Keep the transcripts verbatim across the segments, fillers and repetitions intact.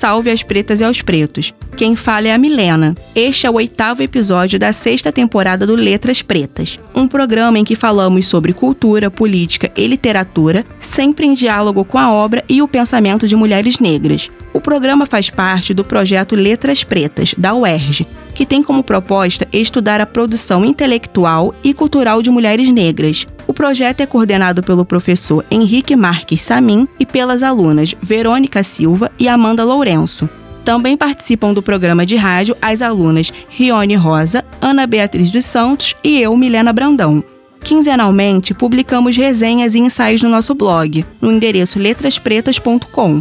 salve às pretas e aos pretos. Quem fala é a Milena. Este é o oitavo episódio da sexta temporada do Letras Pretas, um programa em que falamos sobre cultura, política e literatura, sempre em diálogo com a obra e o pensamento de mulheres negras. O programa faz parte do projeto Letras Pretas, da U E R J, que tem como proposta estudar a produção intelectual e cultural de mulheres negras. O projeto é coordenado pelo professor Henrique Marques Samin e pelas alunas Verônica Silva e Amanda Lourenço. Também participam do programa de rádio as alunas Rione Rosa, Ana Beatriz dos Santos e eu, Milena Brandão. Quinzenalmente, publicamos resenhas e ensaios no nosso blog, no endereço letras pretas ponto com.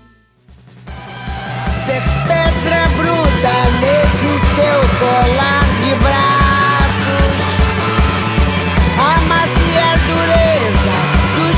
Ser pedra bruta nesse seu colar de braços, amacia a dureza dos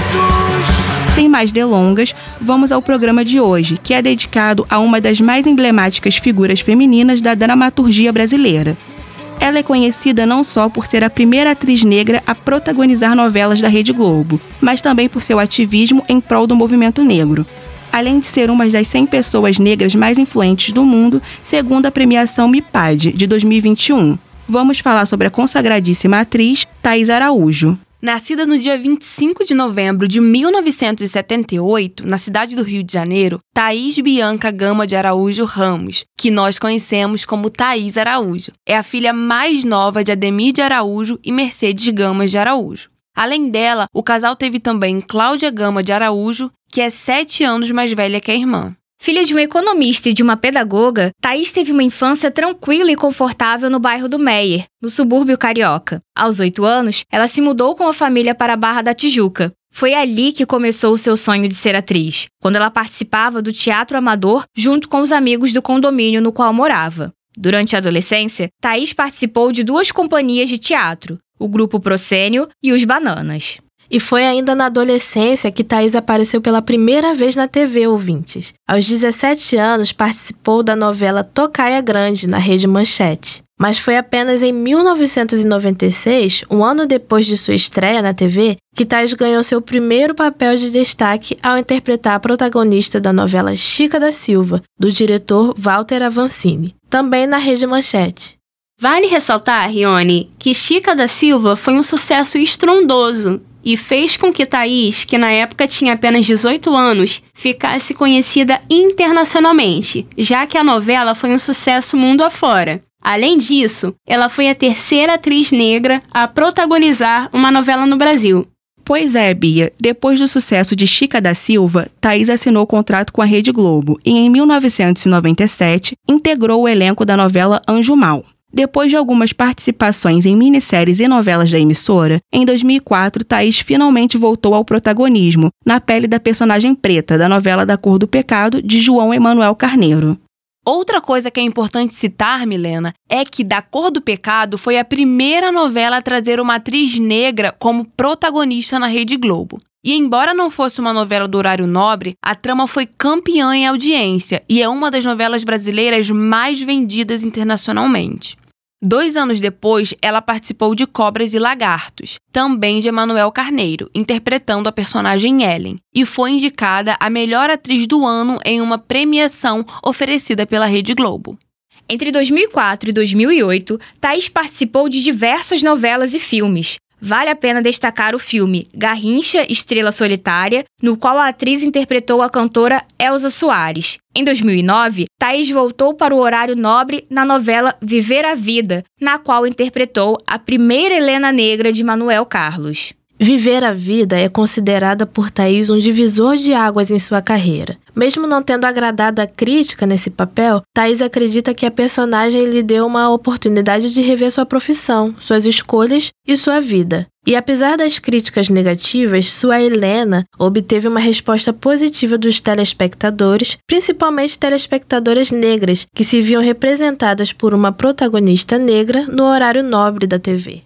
fatos. Sem mais delongas, vamos ao programa de hoje, que é dedicado a uma das mais emblemáticas figuras femininas da dramaturgia brasileira. Ela é conhecida não só por ser a primeira atriz negra a protagonizar novelas da Rede Globo, mas também por seu ativismo em prol do movimento negro. Além de ser uma das cem pessoas negras mais influentes do mundo, segundo a premiação M I P A D de dois mil e vinte e um. Vamos falar sobre a consagradíssima atriz Thaís Araújo. Nascida no dia vinte e cinco de novembro de mil novecentos e setenta e oito, na cidade do Rio de Janeiro, Thaís Bianca Gama de Araújo Ramos, que nós conhecemos como Thaís Araújo, é a filha mais nova de Ademir de Araújo e Mercedes Gama de Araújo. Além dela, o casal teve também Cláudia Gama de Araújo, que é sete anos mais velha que a irmã. Filha de um economista e de uma pedagoga, Thaís teve uma infância tranquila e confortável no bairro do Meier, no subúrbio carioca. Aos oito anos, ela se mudou com a família para a Barra da Tijuca. Foi ali que começou o seu sonho de ser atriz, quando ela participava do teatro amador junto com os amigos do condomínio no qual morava. Durante a adolescência, Thaís participou de duas companhias de teatro, o Grupo Proscênio e os Bananas. E foi ainda na adolescência que Thaís apareceu pela primeira vez na T V, ouvintes. Aos dezessete anos, participou da novela Tocaia Grande, na Rede Manchete. Mas foi apenas em mil novecentos e noventa e seis, um ano depois de sua estreia na T V, que Thaís ganhou seu primeiro papel de destaque ao interpretar a protagonista da novela Chica da Silva, do diretor Walter Avancini, também na Rede Manchete. Vale ressaltar, Rione, que Chica da Silva foi um sucesso estrondoso e fez com que Thaís, que na época tinha apenas dezoito anos, ficasse conhecida internacionalmente, já que a novela foi um sucesso mundo afora. Além disso, ela foi a terceira atriz negra a protagonizar uma novela no Brasil. Pois é, Bia. Depois do sucesso de Chica da Silva, Thaís assinou contrato com a Rede Globo e, em mil novecentos e noventa e sete, integrou o elenco da novela Anjo Mal. Depois de algumas participações em minisséries e novelas da emissora, em dois mil e quatro, Thaís finalmente voltou ao protagonismo, na pele da personagem preta da novela Da Cor do Pecado, de João Emanuel Carneiro. Outra coisa que é importante citar, Milena, é que Da Cor do Pecado foi a primeira novela a trazer uma atriz negra como protagonista na Rede Globo. E embora não fosse uma novela do horário nobre, a trama foi campeã em audiência e é uma das novelas brasileiras mais vendidas internacionalmente. Dois anos depois, ela participou de Cobras e Lagartos, também de Emanuel Carneiro, interpretando a personagem Ellen, e foi indicada a melhor atriz do ano em uma premiação oferecida pela Rede Globo. Entre dois mil e quatro e dois mil e oito, Thaís participou de diversas novelas e filmes. Vale a pena destacar o filme Garrincha, Estrela Solitária, no qual a atriz interpretou a cantora Elza Soares. Em dois mil e nove, Thaís voltou para o horário nobre na novela Viver a Vida, na qual interpretou a primeira Helena Negra de Manuel Carlos. Viver a Vida é considerada por Thaís um divisor de águas em sua carreira. Mesmo não tendo agradado a crítica nesse papel, Thaís acredita que a personagem lhe deu uma oportunidade de rever sua profissão, suas escolhas e sua vida. E apesar das críticas negativas, sua Helena obteve uma resposta positiva dos telespectadores, principalmente telespectadoras negras, que se viam representadas por uma protagonista negra no horário nobre da T V.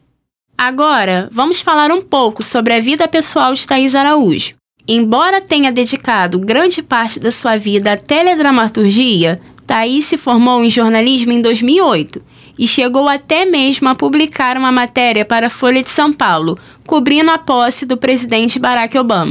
Agora, vamos falar um pouco sobre a vida pessoal de Thaís Araújo. Embora tenha dedicado grande parte da sua vida à teledramaturgia, Thaís se formou em jornalismo em dois mil e oito e chegou até mesmo a publicar uma matéria para a Folha de São Paulo, cobrindo a posse do presidente Barack Obama.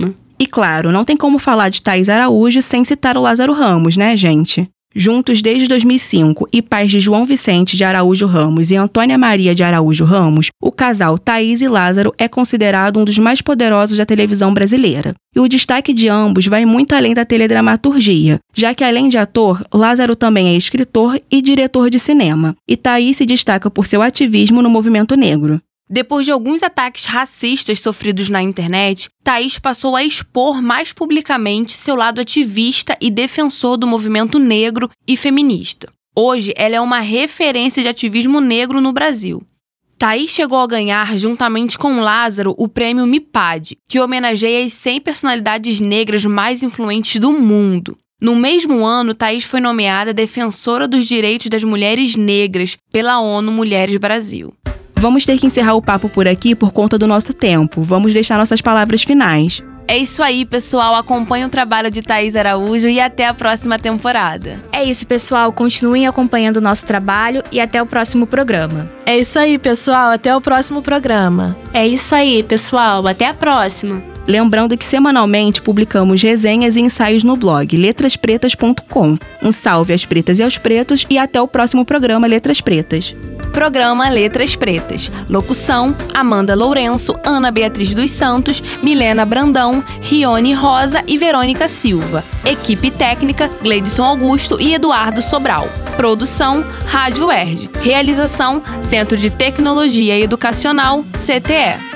E claro, não tem como falar de Thaís Araújo sem citar o Lázaro Ramos, né, gente? Juntos desde dois mil e cinco e pais de João Vicente de Araújo Ramos e Antônia Maria de Araújo Ramos, o casal Thaís e Lázaro é considerado um dos mais poderosos da televisão brasileira. E o destaque de ambos vai muito além da teledramaturgia, já que além de ator, Lázaro também é escritor e diretor de cinema. E Thaís se destaca por seu ativismo no movimento negro. Depois de alguns ataques racistas sofridos na internet, Thaís passou a expor mais publicamente seu lado ativista e defensor do movimento negro e feminista. Hoje, ela é uma referência de ativismo negro no Brasil. Thaís chegou a ganhar, juntamente com Lázaro, o prêmio MIPAD, que homenageia as cem personalidades negras mais influentes do mundo. No mesmo ano, Thaís foi nomeada defensora dos direitos das mulheres negras pela ONU Mulheres Brasil. Vamos ter que encerrar o papo por aqui por conta do nosso tempo. Vamos deixar nossas palavras finais. É isso aí, pessoal. Acompanhe o trabalho de Thaís Araújo e até a próxima temporada. É isso, pessoal. Continuem acompanhando o nosso trabalho e até o próximo programa. É isso aí, pessoal. Até o próximo programa. É isso aí, pessoal. Até a próxima. Lembrando que semanalmente publicamos resenhas e ensaios no blog letras pretas ponto com. Um salve às pretas e aos pretos e até o próximo programa Letras Pretas. Programa Letras Pretas. Locução: Amanda Lourenço, Ana Beatriz dos Santos, Milena Brandão, Rione Rosa e Verônica Silva. Equipe técnica: Gleidson Augusto e Eduardo Sobral. Produção: Rádio U E R J. Realização: Centro de Tecnologia Educacional, C T E.